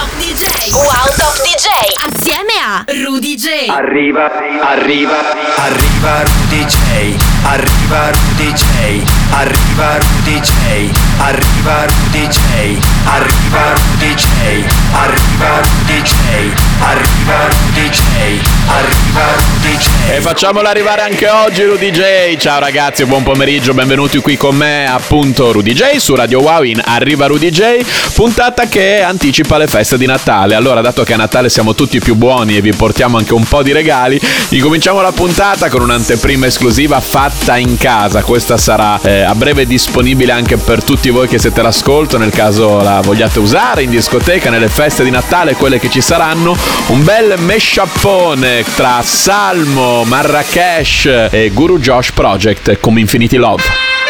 Top DJ. Wow Top DJ. Assieme a Rudy J. Arriva Rudy J. Arriva Rudy J. Arriva Rudy J. Arriva Rudy J. Arriva Rudy J. Arriva Rudy J. Arriva Rudy J. Arriva Rudy J. E facciamolo arrivare anche oggi Rudy J. Ciao ragazzi, buon pomeriggio, benvenuti qui con me, appunto Rudy J su Radio Wow in Arriva Rudy J, puntata che anticipa le feste di Natale. Allora, dato che a Natale siamo tutti più buoni e vi portiamo anche un po' di regali, incominciamo la puntata con un'anteprima esclusiva fatta in casa. Questa sarà a breve disponibile anche per tutti voi che siete all'ascolto, nel caso la vogliate usare in discoteca, nelle feste di Natale, quelle che ci saranno. Un bel mashuppone tra Salmo, Marrakesh e Guru Josh Project come Infinity Love.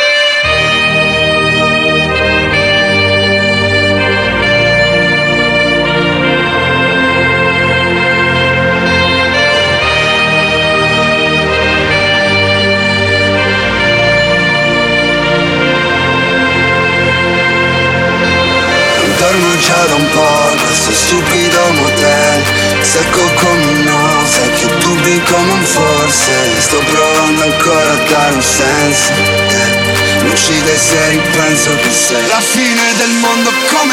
Dormo già da un po' in questo stupido motel, secco come un no, sai che dubbi come un forse. Sto provando ancora a dare un senso, mi uccide se ripenso che sei la fine del mondo. Come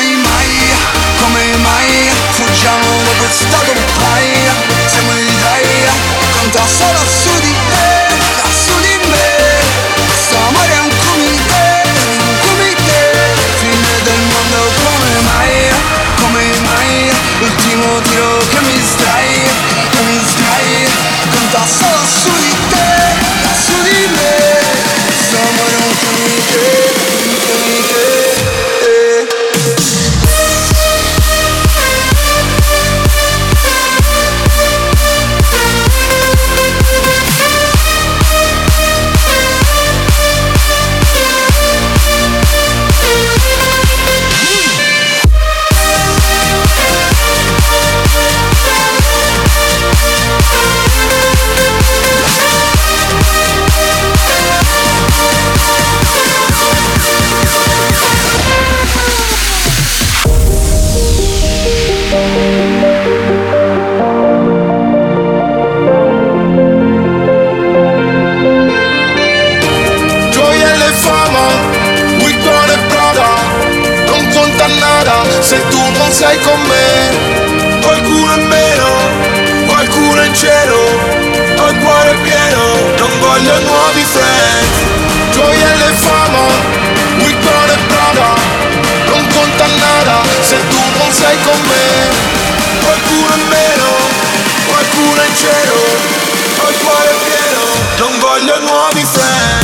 mai fuggiamo da questo paia. Siamo in Italia, conta solo su di te, su di me. Questo amore è un comité, fine del mondo. Come mai, l'ultimo tiro che mi strai, conta solo su di te, su di me. Questo amore è un comité. Se tu non sei con me, qualcuno in meno, qualcuno in cielo, ho il cuore pieno, non voglio nuovi friend. Gioiello e fama, Vuitton e Prada, non conta nada, se tu non sei con me, qualcuno in meno, qualcuno in cielo, ho il cuore pieno, non voglio nuovi friend.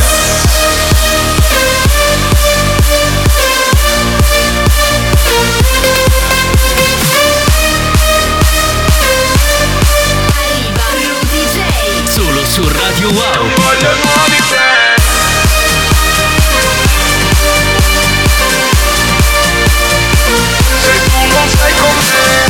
Su Radio Wow. Voglio nuovi friend. Se tu non sei con me.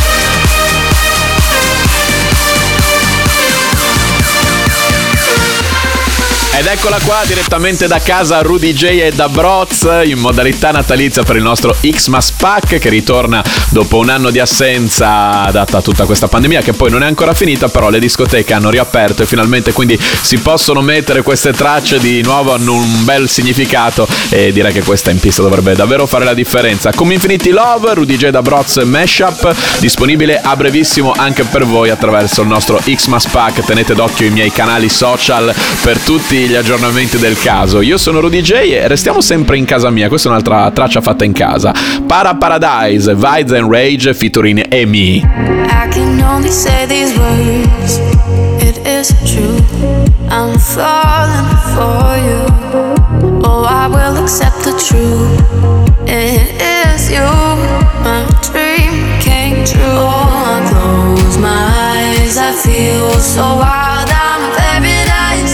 Ed eccola qua direttamente da casa Rudy J e da Broz in modalità natalizia per il nostro Xmas Pack, che ritorna dopo un anno di assenza data a tutta questa pandemia, che poi non è ancora finita, però le discoteche hanno riaperto e finalmente quindi si possono mettere queste tracce di nuovo, hanno un bel significato e direi che questa in pista dovrebbe davvero fare la differenza. Come Infinity Love, Rudy J da Broz Mashup, disponibile a brevissimo anche per voi attraverso il nostro Xmas Pack. Tenete d'occhio i miei canali social per tutti gli aggiornamenti del caso. Io sono Rudy J e restiamo sempre in casa mia. Questa è un'altra traccia fatta in casa. Paradise, Vibes and Rage featuring Emi. I can only say these words, it is true, I'm falling for you. Oh, I will accept the truth, it is you, my dream came true. Oh, I close my eyes, I feel so wild, I'm in paradise.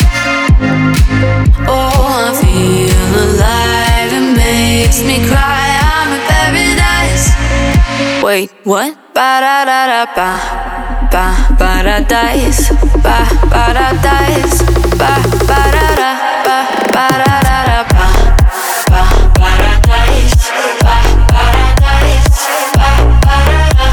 Oh, I feel alive, it makes me cry, I'm in paradise. Wait, what? Ba-da-da-da-ba, ba-paradise, ba-paradise, ba-ba-da-da, ba-ba-da-da-da-ba, ba-paradise, ba-paradise, ba-ba-da-da.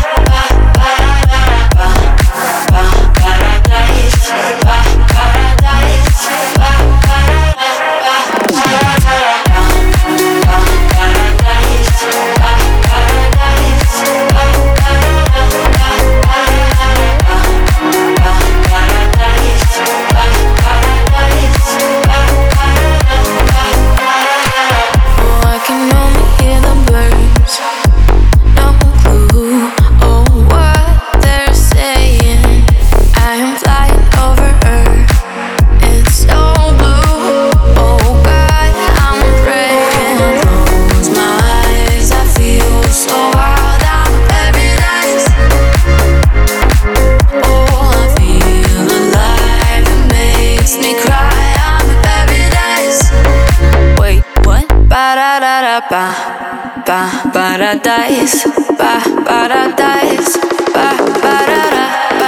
paradise, paradise, paradise.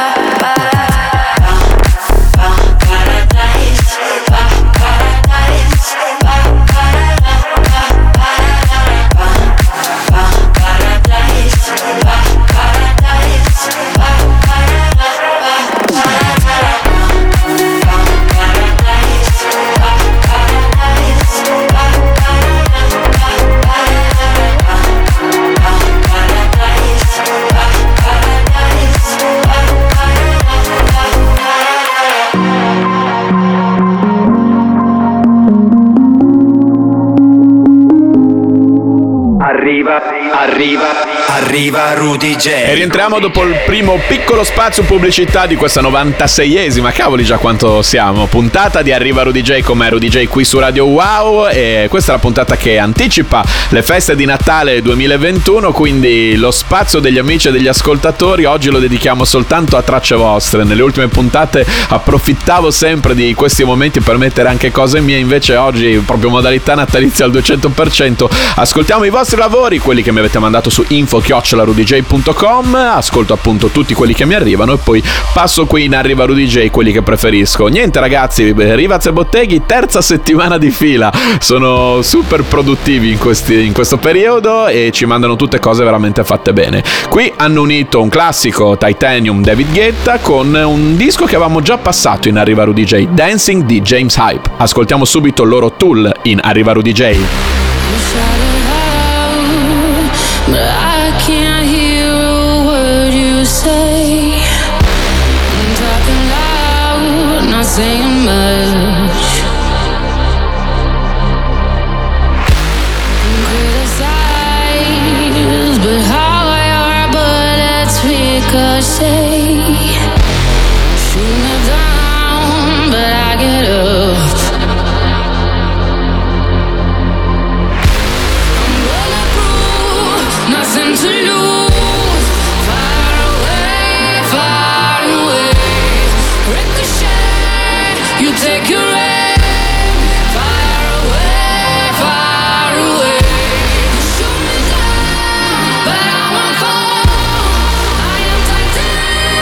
Arriva Rudy J. E rientriamo dopo il primo piccolo spazio pubblicità di questa 96esima, cavoli già quanto siamo, puntata di Arriva Rudy J con me Rudy J qui su Radio Wow. E questa è la puntata che anticipa le feste di Natale 2021, quindi lo spazio degli amici e degli ascoltatori oggi lo dedichiamo soltanto a tracce vostre. Nelle ultime puntate approfittavo sempre di questi momenti per mettere anche cose mie, invece oggi proprio modalità natalizia al 200%. Ascoltiamo i vostri lavori, quelli che mi avete mandato su info@rudj.com, ascolto appunto tutti quelli che mi arrivano e poi passo qui in Arriva Rudy J quelli che preferisco. Niente ragazzi, Rivaz e Botteghi terza settimana di fila, sono super produttivi in questo periodo e ci mandano tutte cose veramente fatte bene. Qui hanno unito un classico Titanium David Guetta con un disco che avevamo già passato in Arriva Rudy J, Dancing di James Hype. Ascoltiamo subito loro Tool in Arriva Rudy J. But I can't hear a word you say. I'm talking loud, not saying much. I'm criticized, but how your bullets ricochet. Shoot me down, but I get up. Nothing to lose, far away, ricochet, you take your aim, far away, you shoot me down, but I won't fall, I am Titanium.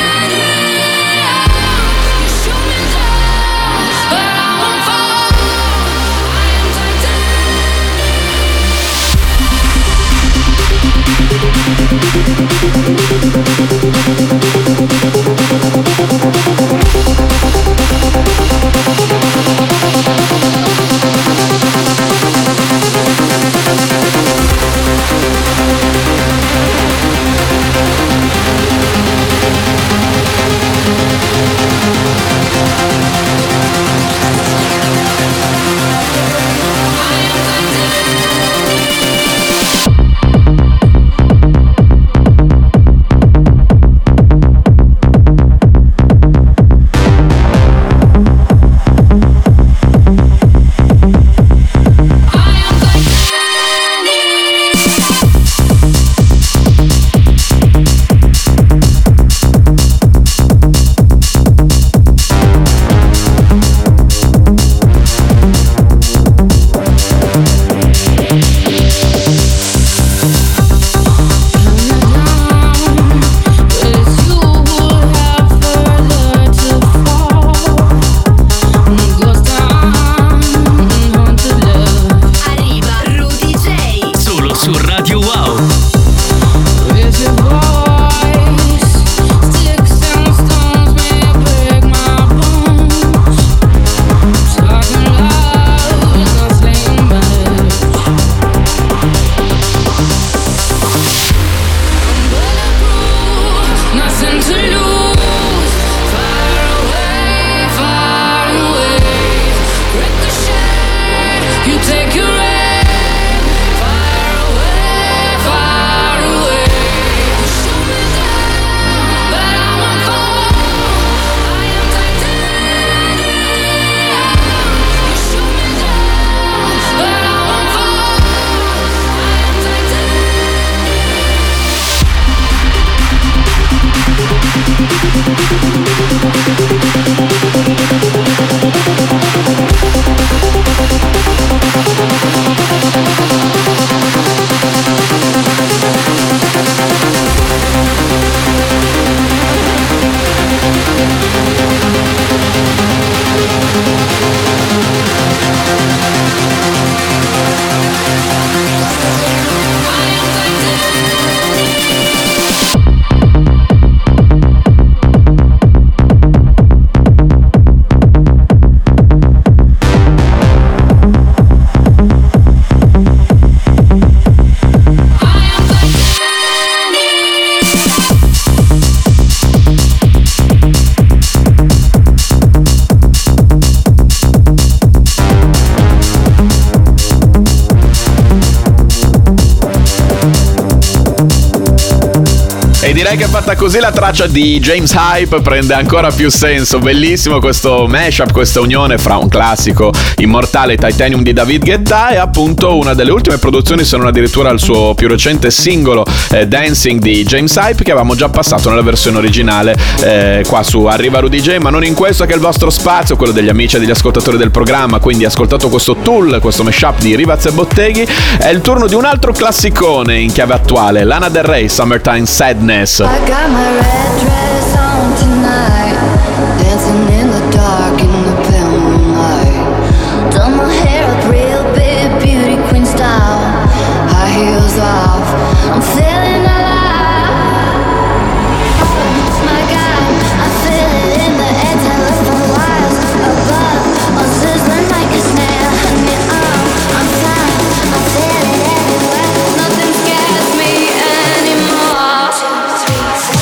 E direi che fatta così la traccia di James Hype prende ancora più senso. Bellissimo questo mashup, questa unione fra un classico immortale Titanium di David Guetta e appunto una delle ultime produzioni, se non addirittura il suo più recente singolo Dancing di James Hype, che avevamo già passato nella versione originale qua su Arriva Rudy J, ma non in questo che è il vostro spazio, quello degli amici e degli ascoltatori del programma. Quindi ascoltato questo Tool, questo mashup di Rivaz e Botteghi, è il turno di un altro classicone in chiave attuale, Lana Del Rey, Summertime Sadness. I got my red dress on tonight, dancing in the dark in the pale moonlight. Done my hair up real big, beauty queen style, high heels off, I'm feeling alive. My God, I feel it in the air, telephone wires above, I'm sizzling like a snare. Honey, I'm fine, I feel it everywhere, nothing scares me anymore. 2, 3, 4.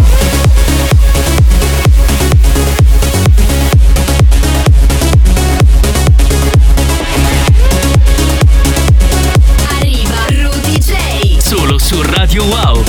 Arriva Rudy J. Solo su Radio Wow.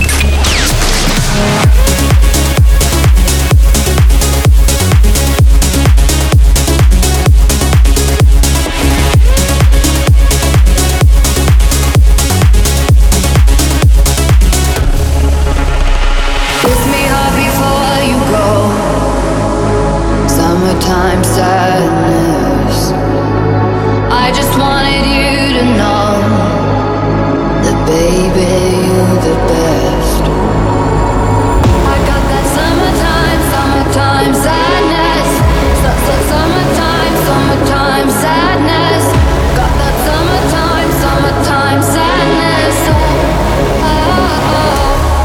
Kiss me hard before you go. Summertime sadness. I just wanted you to know that baby you're the best. I got that summertime sadness. Summertime sadness. Got that summertime sadness. Oh.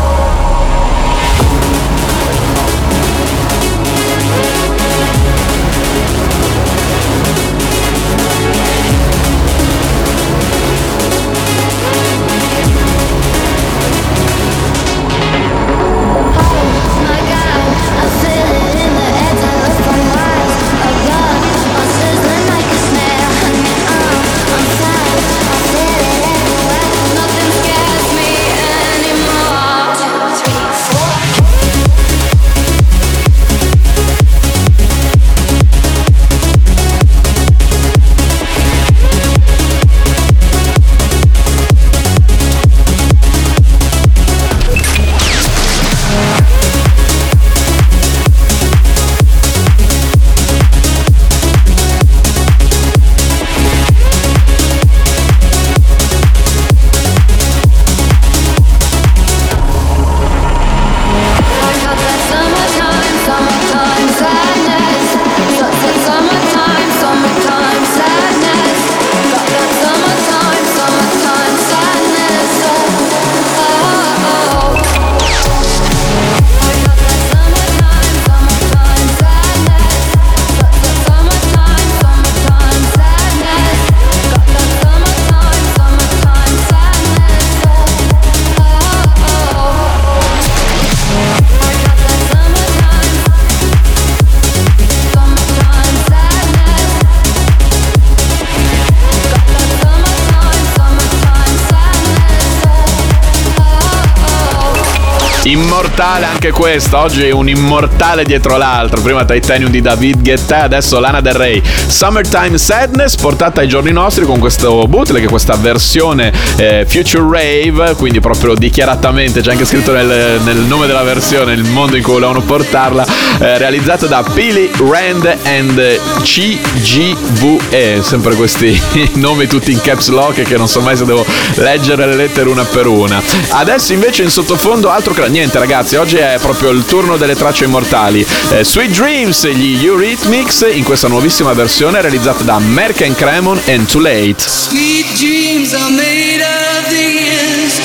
My God, I feel it in the air, telephone wires above, I'm sizzling like a snare. Honey, I'm fine, I feel it everywhere, nothing scares me anymore. 2, 3, 4. I got that summertime sadness. Summertime sadness. Got that summertime sadness. Oh. I got that summertime sadness. Summertime sadness. Got that summertime sadness. Immortale anche questa, oggi è un immortale dietro l'altro. Prima Titanium di David Guetta, adesso Lana Del Rey, Summertime Sadness, portata ai giorni nostri con questo bootleg, questa versione Future Rave, quindi proprio dichiaratamente, c'è anche scritto nel nome della versione il mondo in cui volevano portarla, realizzata da Pili Rand and CGVE, sempre questi nomi tutti in caps lock che non so mai se devo leggere le lettere una per una. Adesso invece in sottofondo altro che niente, ragazzi, oggi è proprio il turno delle tracce immortali. Sweet Dreams, gli Eurythmics, in questa nuovissima versione realizzata da Merck & Cremon and Too Late. Sweet dreams are made of these.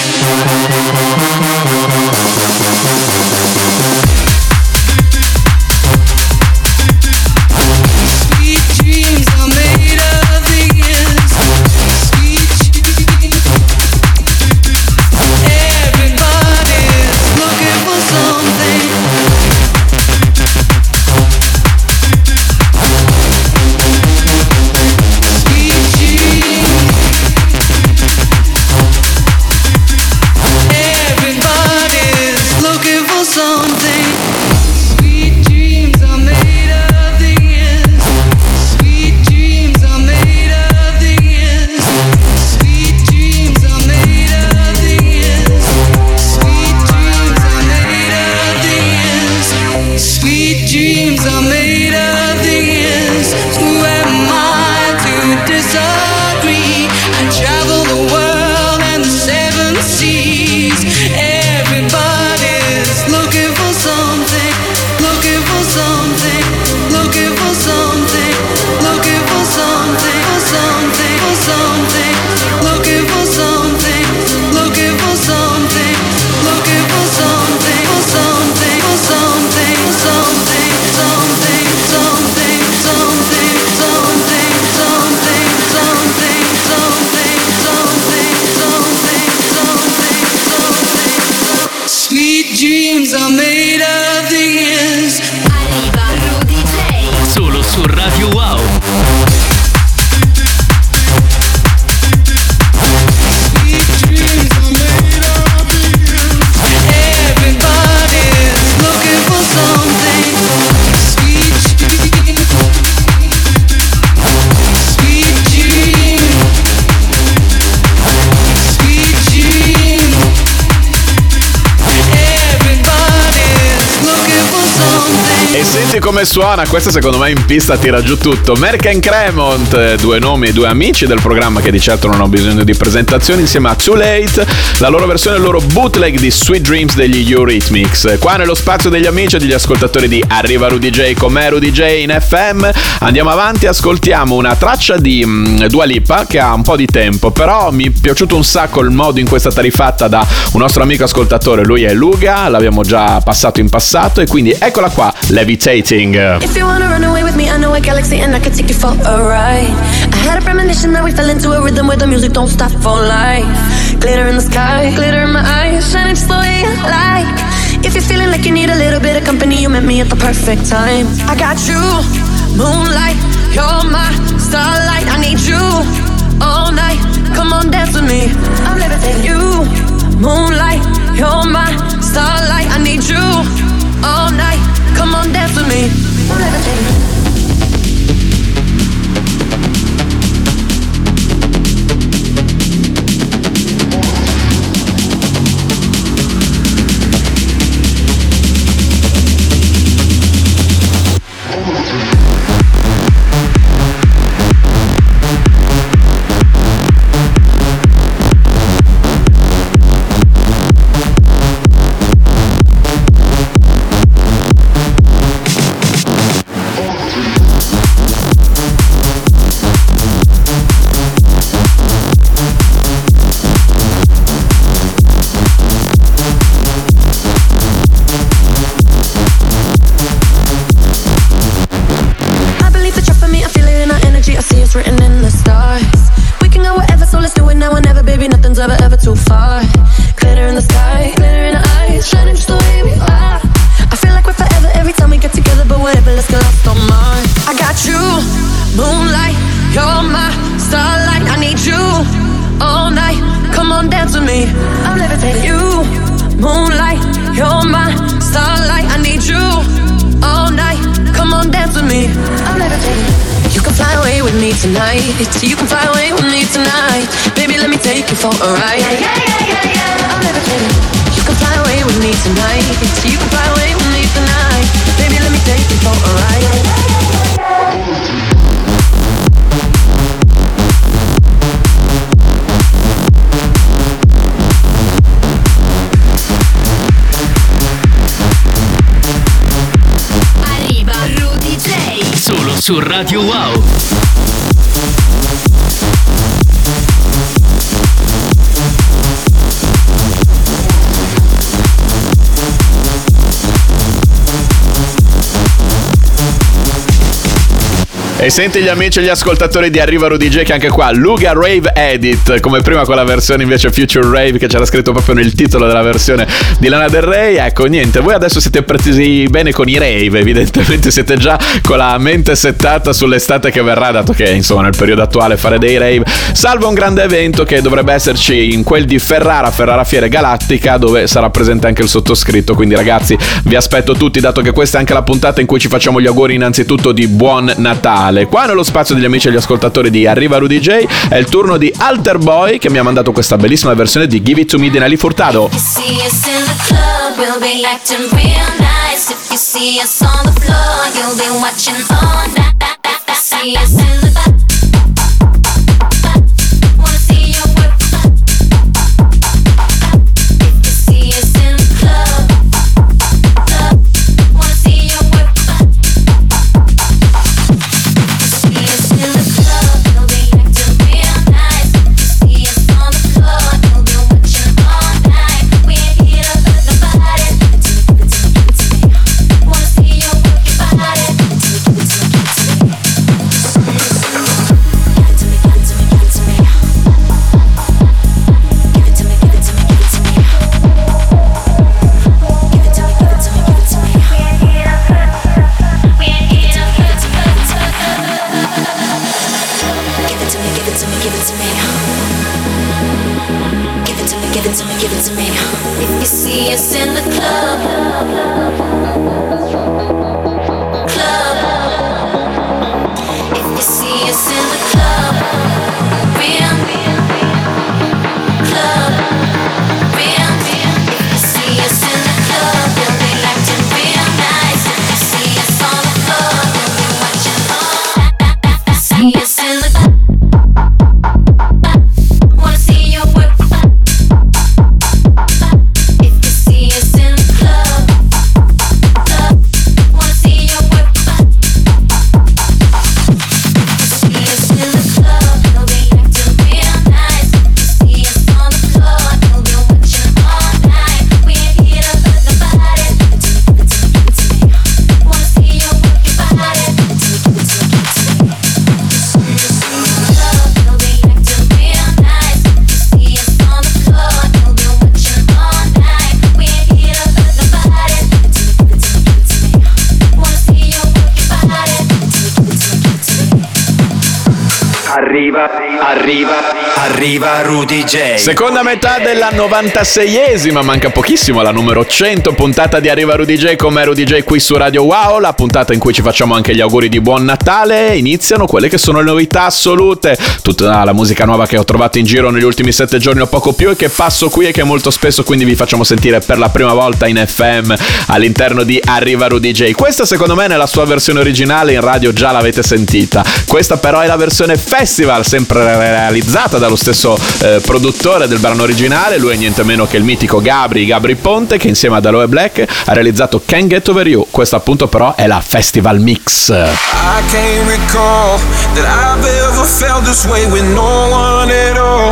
Sweet dreams are made of these. Sweet dreams. Everybody's looking for something. Sweet dreams. Sweet dreams are made of these. Arriva Rudy J. Solo su Radio Wow. Everybody's looking for something sweet, sweet dream, sweet dream. Everybody's looking for something. E senti come suona, questa secondo me in pista tira giù tutto. Merck and Cremont, due nomi e due amici del programma che di certo non ho bisogno di presentazioni, insieme a Too Late, la loro versione, il loro bootleg di Sweet Dreams degli Eurythmics. Qua nello spazio degli amici e degli ascoltatori di Arriva Rudy J, con me Rudy J in FM. Andiamo avanti, ascoltiamo una traccia di Dua Lipa che ha un po' di tempo, però mi è piaciuto un sacco il modo in cui è stata rifatta da un nostro amico ascoltatore, lui è Luga, l'abbiamo già passato in passato e quindi eccola qua, Levitating. If you wanna run away with me, I know a galaxy and I can take you for a ride. I had a premonition that we fell into a rhythm where the music don't stop for life. Glitter in the sky, glitter in my eyes, shining just the way you like. If you're feeling like you need a little bit of company, you met me at the perfect time. I got you, moonlight, you're my starlight. I need you all night, come on dance with me. I'm levitating you, moonlight, you're my starlight. I need you all night, come on dance with me. I'm levitating. So you can fly away with me tonight. Baby, let me take you for a ride. I'm levitating. You can fly away with me tonight. So you can fly away with me tonight. Baby, let me take you for a ride. Arriva Rudy J. Solo su Radio Wow. E senti gli amici e gli ascoltatori di Arriva Rudy J che anche qua Luga Rave Edit, come prima con la versione invece Future Rave che c'era scritto proprio nel titolo della versione di Lana Del Rey. Ecco, niente, voi adesso siete presi bene con i rave, evidentemente siete già con la mente settata sull'estate che verrà, dato che insomma nel periodo attuale fare dei rave salva un grande evento che dovrebbe esserci in quel di Ferrara Fiere Galattica, dove sarà presente anche il sottoscritto. Quindi ragazzi, vi aspetto tutti, dato che questa è anche la puntata in cui ci facciamo gli auguri innanzitutto di buon Natale. Qua nello spazio degli amici e gli ascoltatori di Arriva Rudy J è il turno di Alter Boy, che mi ha mandato questa bellissima versione di Give It To Me di Nelly Furtado. in the club. If you see us in the club, real club, real. If you see us in the club, you'll be acting real nice. If you see us on the floor, you'll be watching all night. If you see us in the club, wanna see your work. If you see us in the club, wanna see your work. If you see us in the club, you'll be acting real nice. If you see us on the floor, you'll be watching all night. We ain't here to hurt nobody. Give it to me. Wanna see your work, your body. Give it to me. See us in the club, you'll be acting real nice. If you see us on the floor, you'll be watching all night. We ain't here to hurt nobody. Give it to me. Wanna see your work, your body. Give it to me. Arriva Rudy J. Seconda metà della 96esima, manca pochissimo alla numero 100 puntata di Arriva Rudy J con me Rudy J qui su Radio Wow, la puntata in cui ci facciamo anche gli auguri di buon Natale. Iniziano quelle che sono le novità assolute, tutta la musica nuova che ho trovato in giro negli ultimi 7 giorni o poco più e che passo qui e che molto spesso quindi vi facciamo sentire per la prima volta in FM all'interno di Arriva Rudy J. Questa secondo me nella sua versione originale in radio già l'avete sentita, questa però è la versione festival, sempre realizzata dallo stesso produttore del brano originale. Lui è niente meno che il mitico Gabry Ponte, che insieme ad Aloe Black ha realizzato Can't Get Over You. Questa appunto però è la Festival Mix. I can't recall that I've ever felt this way with no one at all.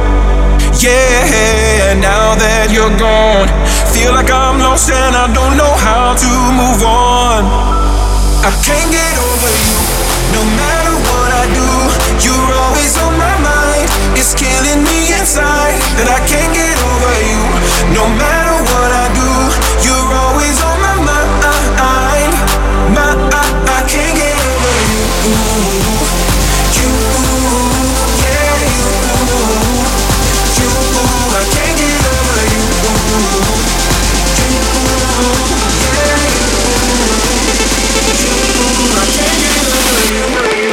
Yeah, now that you're gone, feel like I'm lost and I don't know how to move on. I can't get over you, no matter what I do. You're always on my mind, it's killing me inside that I can't get over you. No matter what I do, you're always on my mind. I can't get over you. You, yeah, you, I can't get over you. I can't get over you.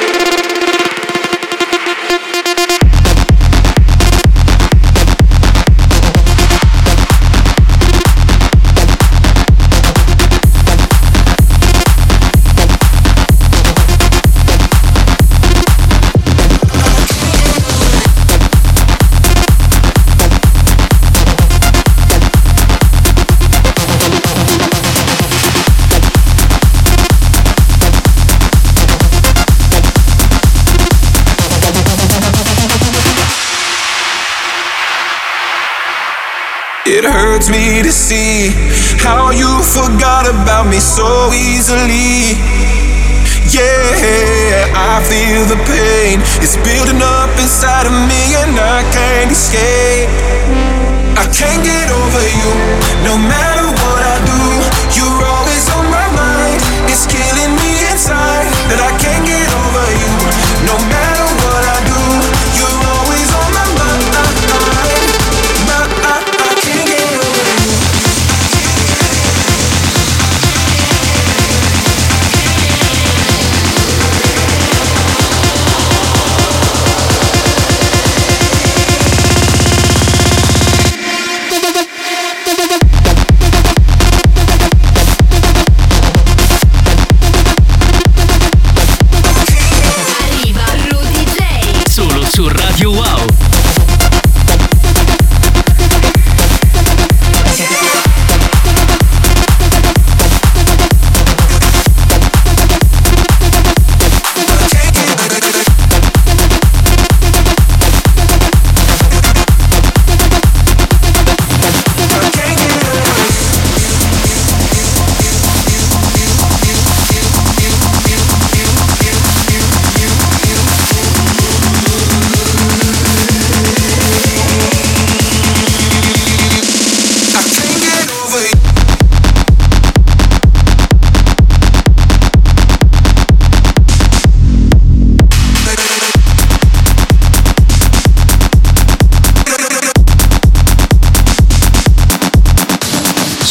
It hurts me to see how you forgot about me so easily. Yeah, I feel the pain, it's building up inside of me and I can't escape. I can't get over you, no matter what I do. You're always on my mind, it's killing me inside that I can't get over you. No matter what I do, you're always on my mind. I can't get over you.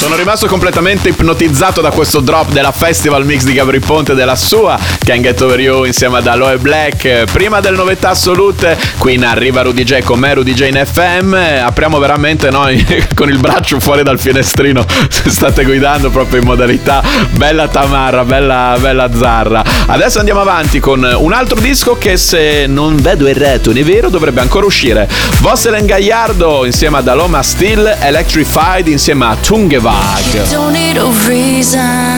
Sono rimasto completamente ipnotizzato da questo drop della Festival Mix di Gabry Ponte, della sua Can't Get Over You insieme ad Aloe Black. Prima delle novità assolute, qui in Arriva Rudy J con me, Rudy J in FM. Apriamo veramente noi con il braccio fuori dal finestrino, se state guidando proprio in modalità bella tamarra, bella zarra. Adesso andiamo avanti con un altro disco che, se non vedo errato né vero, dovrebbe ancora uscire. Vosselen Gagliardo insieme ad Aloma Still, Electrified insieme a Tungevag. You don't need a reason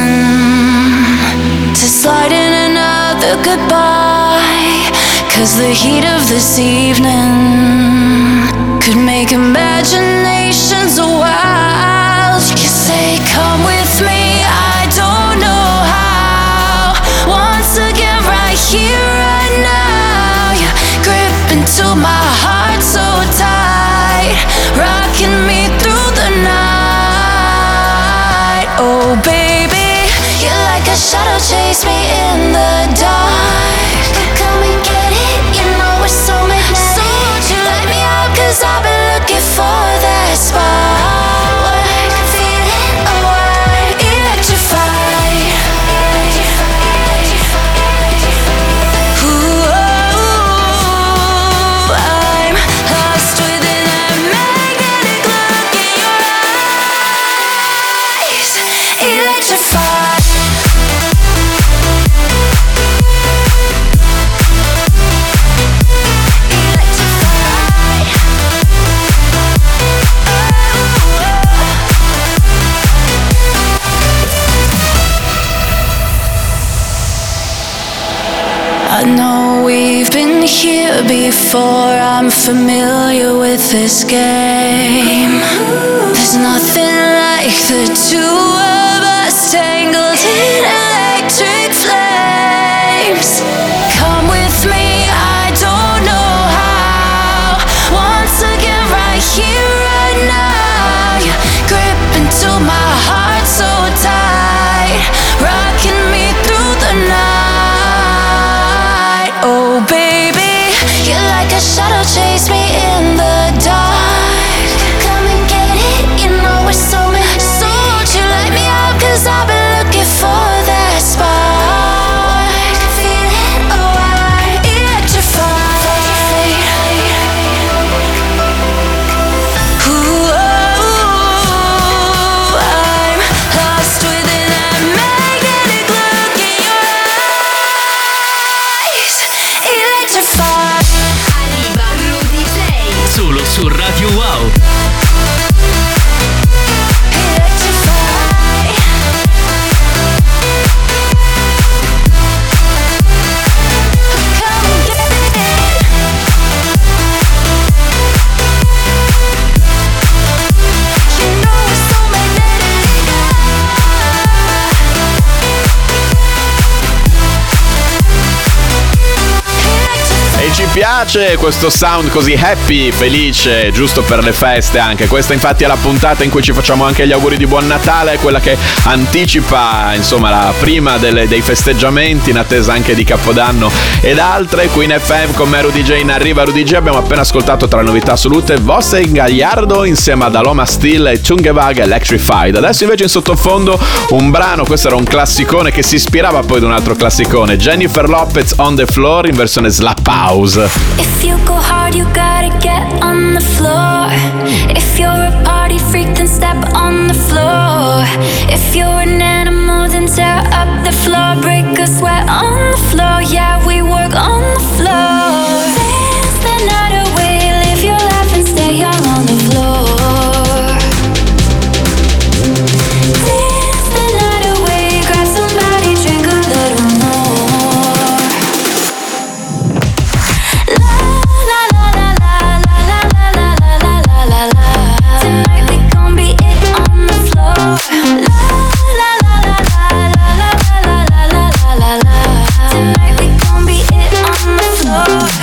to slide in another goodbye, 'cause the heat of this evening could make imaginations wild. You say come with me, I don't know how. Once again right here, right now, you grip into my heart so tight, rocking me through the night. Oh baby, you're like a shadow, chase me in the dark. Come and get it, you know we're so magnetic. So won't you light me up, 'cause I've been looking for that spark. Feeling alright, electrified. Ooh, I'm lost within that magnetic look in your eyes. Electrified. I know we've been here before, I'm familiar with this game. There's nothing like the two of us tangled in electric flames. Come with me, I don't know how. Once again right here, right now, you grip into my heart so tight, rocking me through the night. Oh baby, you're like a shadow, chase me in the dark. Come and get it, you know we're so magnetic. So won't you light me up, 'cause I've been looking for that spark. Feeling alright, electrified. Ooh, I'm lost within that magnetic look in your eyes. Electrified. Arriva Rudy J. Solo su Radio Wow. Electrified. Come and get it. You know we're so magnetic. E ci piace questo sound così happy, felice, giusto per le feste anche. Questa infatti è la puntata in cui ci facciamo anche gli auguri di buon Natale, quella che anticipa insomma la prima dei festeggiamenti, in attesa anche di Capodanno ed altre. Qui in FM con me Rudy J in Arriva Rudy J. Abbiamo appena ascoltato tra le novità assolute Vosselen Gagliardo insieme ad Aloma Still e Tungevag, Electrified. Adesso invece in sottofondo un brano, questo era un classicone che si ispirava poi ad un altro classicone, Jennifer Lopez, On the Floor in versione Slap House. If you go hard, you gotta get on the floor. If you're a party freak, then step on the floor. If you're an animal, then tear up the floor. Break a sweat on the floor, yeah, we work on the floor. Dance the night away, live your life and stay young on the floor. Dance the night away, grab somebody, drink a little more. Tonight we gon' be it on the floor. Tonight we gon' be it on the floor.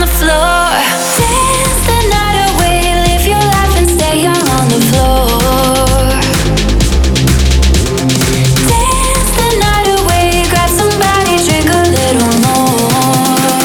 the floor. Dance the night away, live your life and stay young on the floor. Dance the night away, grab somebody, drink a little more.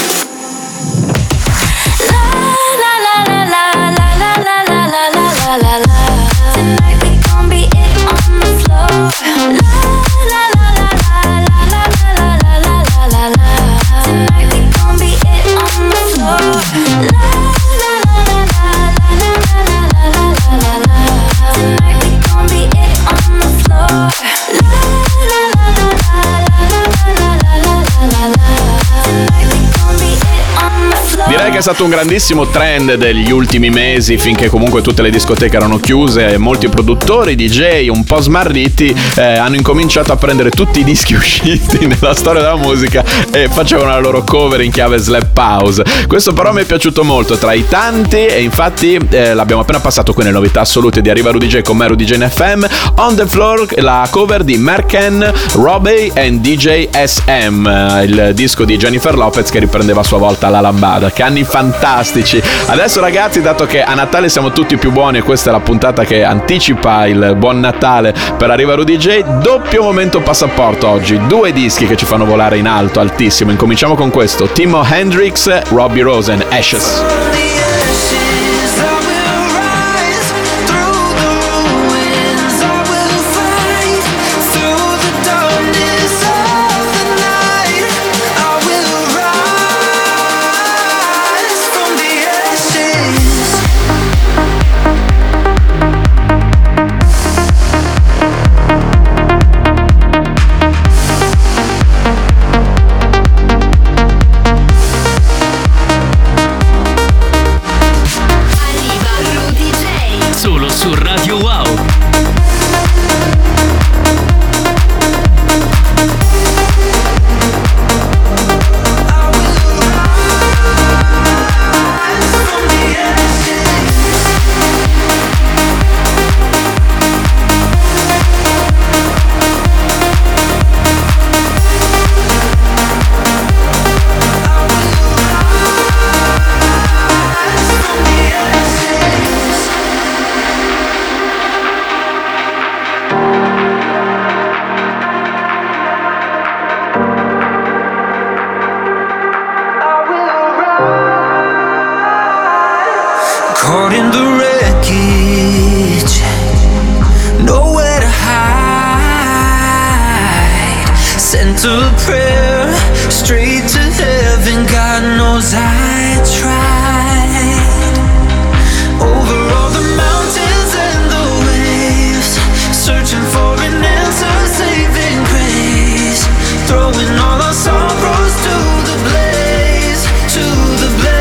La la la la la la la la la la la la la. Tonight we gon' be it on the floor. La la la la la la la la la la la la. Tonight we gon' be it on the floor. La la la la la la la la la la la. Tonight we gon' be it on the floor. La la la la la la la la la la. Tonight we gon' be it on the floor. Direi che è stato un grandissimo trend degli ultimi mesi, finché comunque tutte le discoteche erano chiuse e molti produttori, DJ un po' smarriti hanno incominciato a prendere tutti i dischi usciti nella storia della musica e facevano la loro cover in chiave slap house. Questo però mi è piaciuto molto tra i tanti e infatti l'abbiamo appena passato qui nelle novità assolute di Arriva Rudy J con me Rudy J in FM. On the Floor, la cover di Merken, Robbie e DJ SM, il disco di Jennifer Lopez che riprendeva a sua volta la lambada. Che anni fantastici. Adesso ragazzi, dato che a Natale siamo tutti più buoni e questa è la puntata che anticipa il buon Natale per Arriva Rudy J, doppio momento passaporto oggi, 2 dischi che ci fanno volare in alto, altissimo. Incominciamo con questo, Timo Hendrix, Robbie Rosen, Ashes. Su Radio Wow. Caught in the wreckage, nowhere to hide. Sent a prayer straight to heaven, God knows I tried. Over all the mountains and the waves, searching for an answer, saving grace. Throwing all our sorrows to the blaze, to the blaze.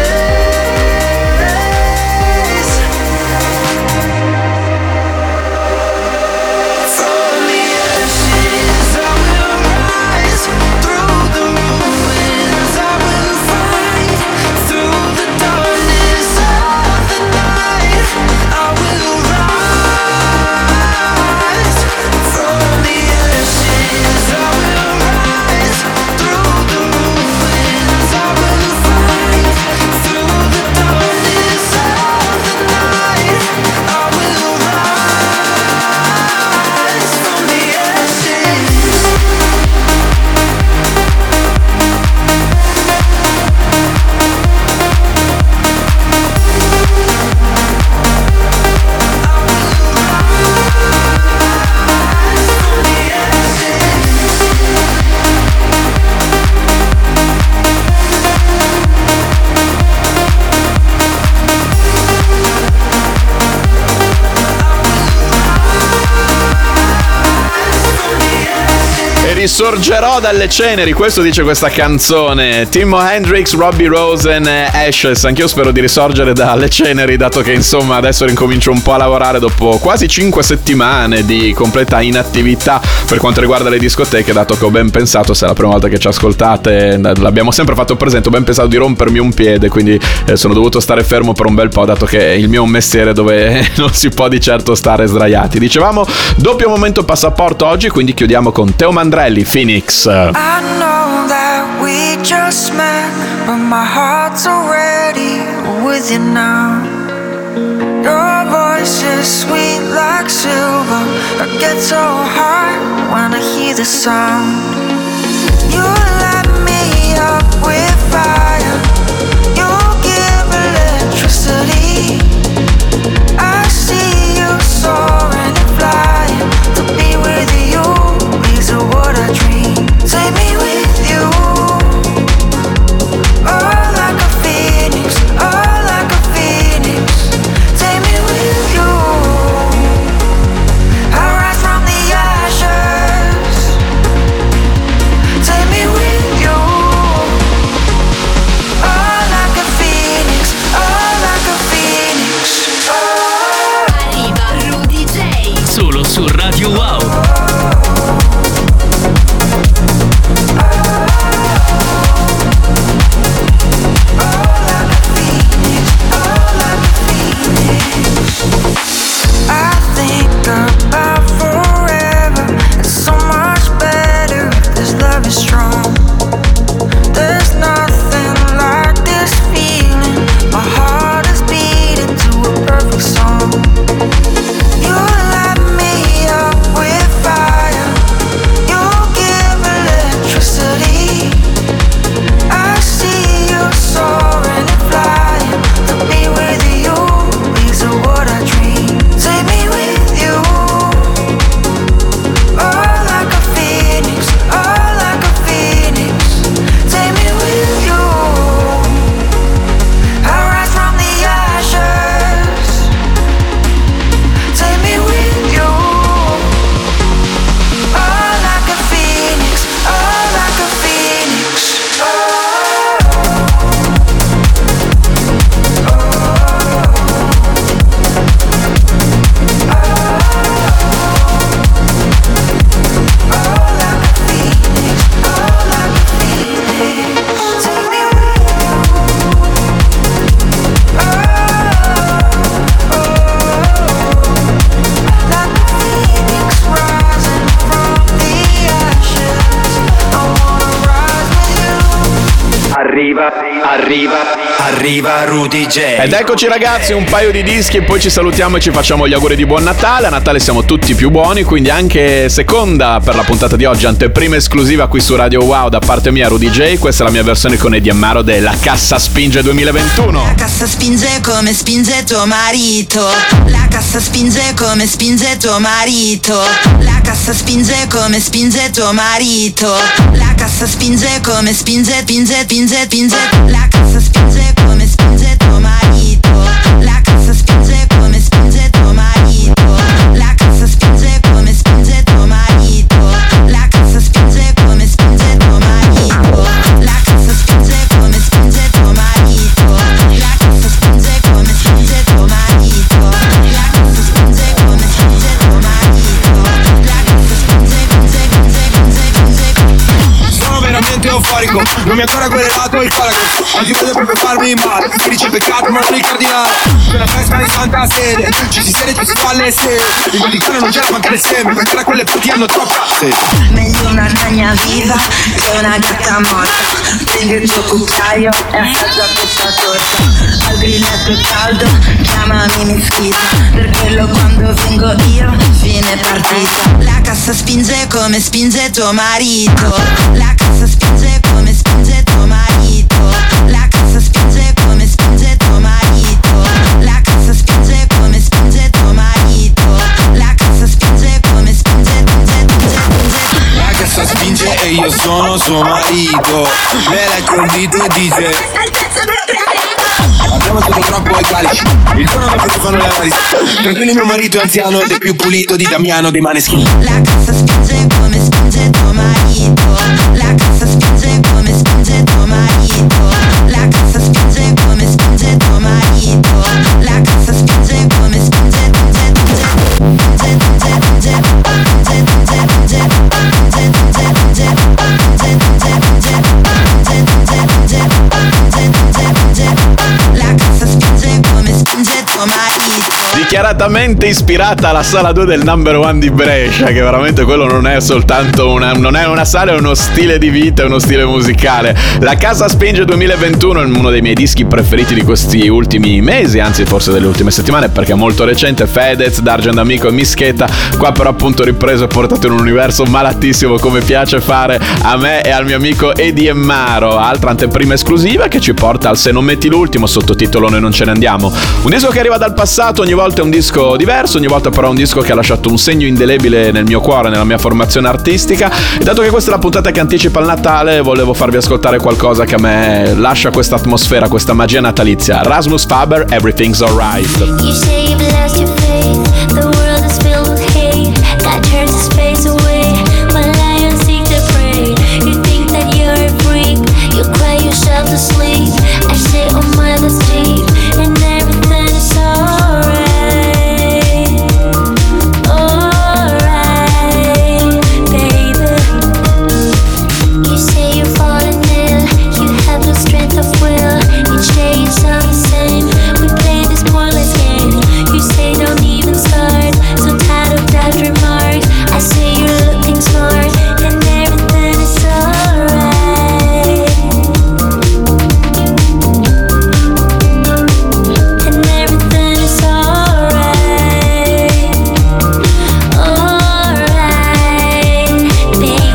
Risorgerò dalle ceneri, questo dice questa canzone. Timo Hendrix, Robbie Rosen, Ashes. Anch'io spero di risorgere dalle ceneri, dato che insomma adesso rincomincio un po' a lavorare dopo quasi 5 settimane di completa inattività per quanto riguarda le discoteche, dato che ho ben pensato, se è la prima volta che ci ascoltate l'abbiamo sempre fatto presente, ho ben pensato di rompermi un piede, quindi sono dovuto stare fermo per un bel po', dato che il mio è un mestiere dove non si può di certo stare sdraiati. Dicevamo doppio momento passaporto oggi, quindi chiudiamo con Teo Mandrelli, Phoenix. I know that we just met, but my heart's already with you now. Your voice is sweet like silver. I get so high when I hear the sound. You light me up with fire. You give electricity. I see you soaring and flying. To be with you is what I dream. Take me with you. Oh, like a phoenix. Oh, like a phoenix. Take me with you. I rise from the ashes. Take me with you. Oh, like a phoenix. Oh, like a phoenix. Oh. Arriva Rudy J. Solo su Radio Wow. Arriva Rudy J. Ed eccoci ragazzi, un paio di dischi e poi ci salutiamo e ci facciamo gli auguri di buon Natale. A Natale siamo tutti più buoni, quindi anche seconda per la puntata di oggi, anteprima esclusiva qui su Radio Wow da parte mia, Rudy J. Questa è la mia versione con Eddie Amaro della Cassa Spinge 2021. La cassa spinge come spinge tuo marito. La cassa spinge come spinge tuo marito. La cassa spinge come spinge tuo marito. La cassa spinge come spinge, spinge, spinge, spinge. La cassa spinge come spinge tuo marito. La cassa spinge come spinge tuo marito. La cassa spinge come spinge tuo marito. La cassa spinge come spinge tuo marito. La cassa spinge come spinge tuo marito. La cassa spinge come spinge tuo marito. La cassa spinge come spinge tuo marito. La cassa spinge, spinge, spinge, spinge, spinge. Sono veramente euforico, non mi ha ancora querelato il paragon. Oggi voglio proprio farmi male, mi dice peccato ma non il cardinale. C'è una festa di santa sede, ci si siede, ci si fa le sede. In Vaticano non c'è manca le seme, perché quelle puti hanno troppa sede. Meglio una ragna viva che una gatta morta. Prendi il tuo cucchiaio e assaggia questa torta. Al grilletto è caldo, chiamami mischita. Per quello quando vengo io, fine partita. La cassa spinge come spinge tuo marito. La cassa spinge come spinge tuo marito. La cassa spinge come spinge tuo marito. La cassa spinge come spinge tuo marito. La cassa spinge come spinge, spinge, spinge, spinge. La cassa spinge e io sono suo marito. L'eletro il dito e dice abbiamo stato troppo ai calici. Il tono dopo che fanno le analisi. Tranquillo, mio marito è anziano ed è più pulito di Damiano dei Maneskin. La cassa spinge come spinge tuo marito. La cassa spinge come spinge tuo marito. La cassa spinge come spinge tuo marito. La cassa spinge come spinge, spinge, spinge, spinge, spinge, Di dichiaratamente ispirata alla sala 2 del Number One di Brescia, che veramente quello non è soltanto non è una sala, è uno stile di vita, è uno stile musicale. La Casa Spinge 2021 è uno dei miei dischi preferiti di questi ultimi mesi, anzi forse delle ultime settimane, perché è molto recente. Fedez, D'Argent Amico e Mischeta, qua però appunto ripreso e portato in un universo malatissimo, come piace fare a me e al mio amico Eddie Emmaro. Altra anteprima esclusiva che ci porta al Se non metti l'ultimo, sottotitolo Noi non ce ne andiamo. Un disco che arriva dal passato, ogni volta è un disco diverso, ogni volta però è un disco che ha lasciato un segno indelebile nel mio cuore, nella mia formazione artistica. E dato che questa è la puntata che anticipa il Natale, volevo farvi ascoltare qualcosa che a me lascia questa atmosfera, questa magia natalizia. Rasmus Faber, Everything's Alright. You say you've lost your faith, the world is filled with hate. God turns his face away when lions seek their prey. You think that you're a freak, you cry yourself to sleep. I say, oh my, that's deep, and everything is alright. Alright, baby. You say you're falling ill, you have no strength of will. Each day you sound the same, we play this pointless game. You say don't even start, so tired of that remarks. I say you're looking smart, and everything is alright. And everything is alright. Alright, baby.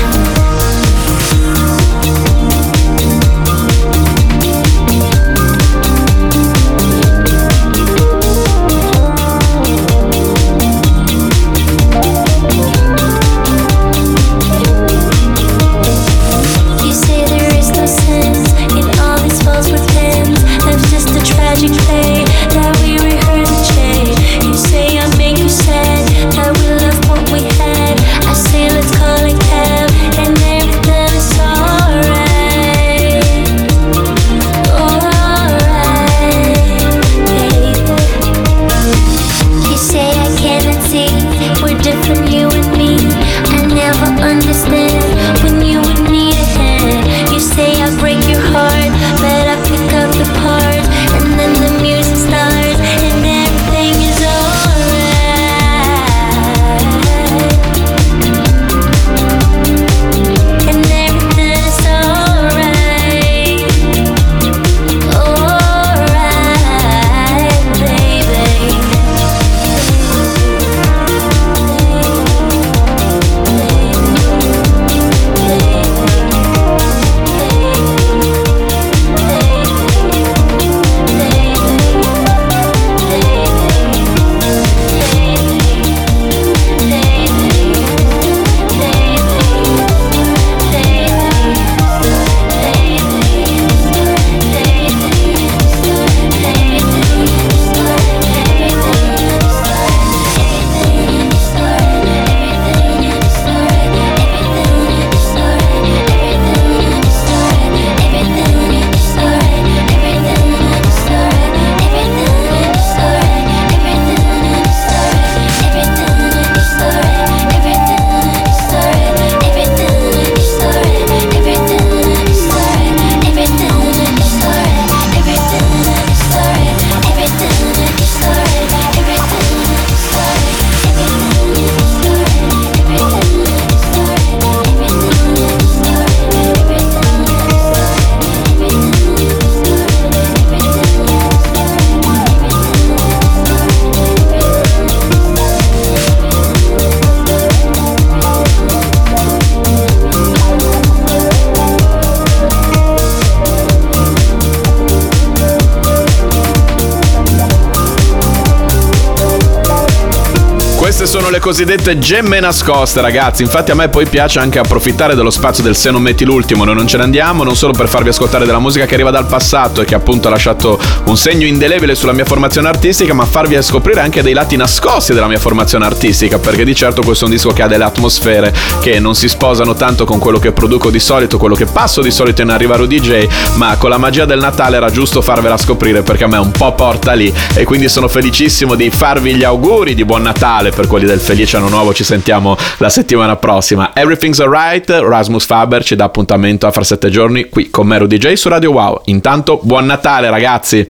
You say there is no sense in all these false pretends. Life's just a tragic play that we rehearse and change. You say I make you sad, that we left what we had. I say let's call it cab, and everything is alright. Alright, baby. You say I cannot see, we're different, you and me. I never understand when you would need a hand. You say I break your heart, but I pick up the parts, and then the music starts, and everything is alright. And everything is alright. Alright, baby. Queste sono le cosiddette gemme nascoste, ragazzi. Infatti a me poi piace anche approfittare dello spazio del Se non metti l'ultimo, Noi non ce ne andiamo, non solo per farvi ascoltare della musica che arriva dal passato e che appunto ha lasciato un segno indelebile sulla mia formazione artistica, ma farvi scoprire anche dei lati nascosti della mia formazione artistica, perché di certo questo è un disco che ha delle atmosfere che non si sposano tanto con quello che produco di solito, quello che passo di solito in Arriva Rudy J, ma con la magia del Natale era giusto farvela scoprire, perché a me un po' porta lì, e quindi sono felicissimo di farvi gli auguri di buon Natale. Per quelli del Felice Anno Nuovo ci sentiamo la settimana prossima. Everything's Alright, Rasmus Faber ci dà appuntamento a fra 7 giorni qui con me Rudy J su Radio Wow. Intanto buon Natale, ragazzi!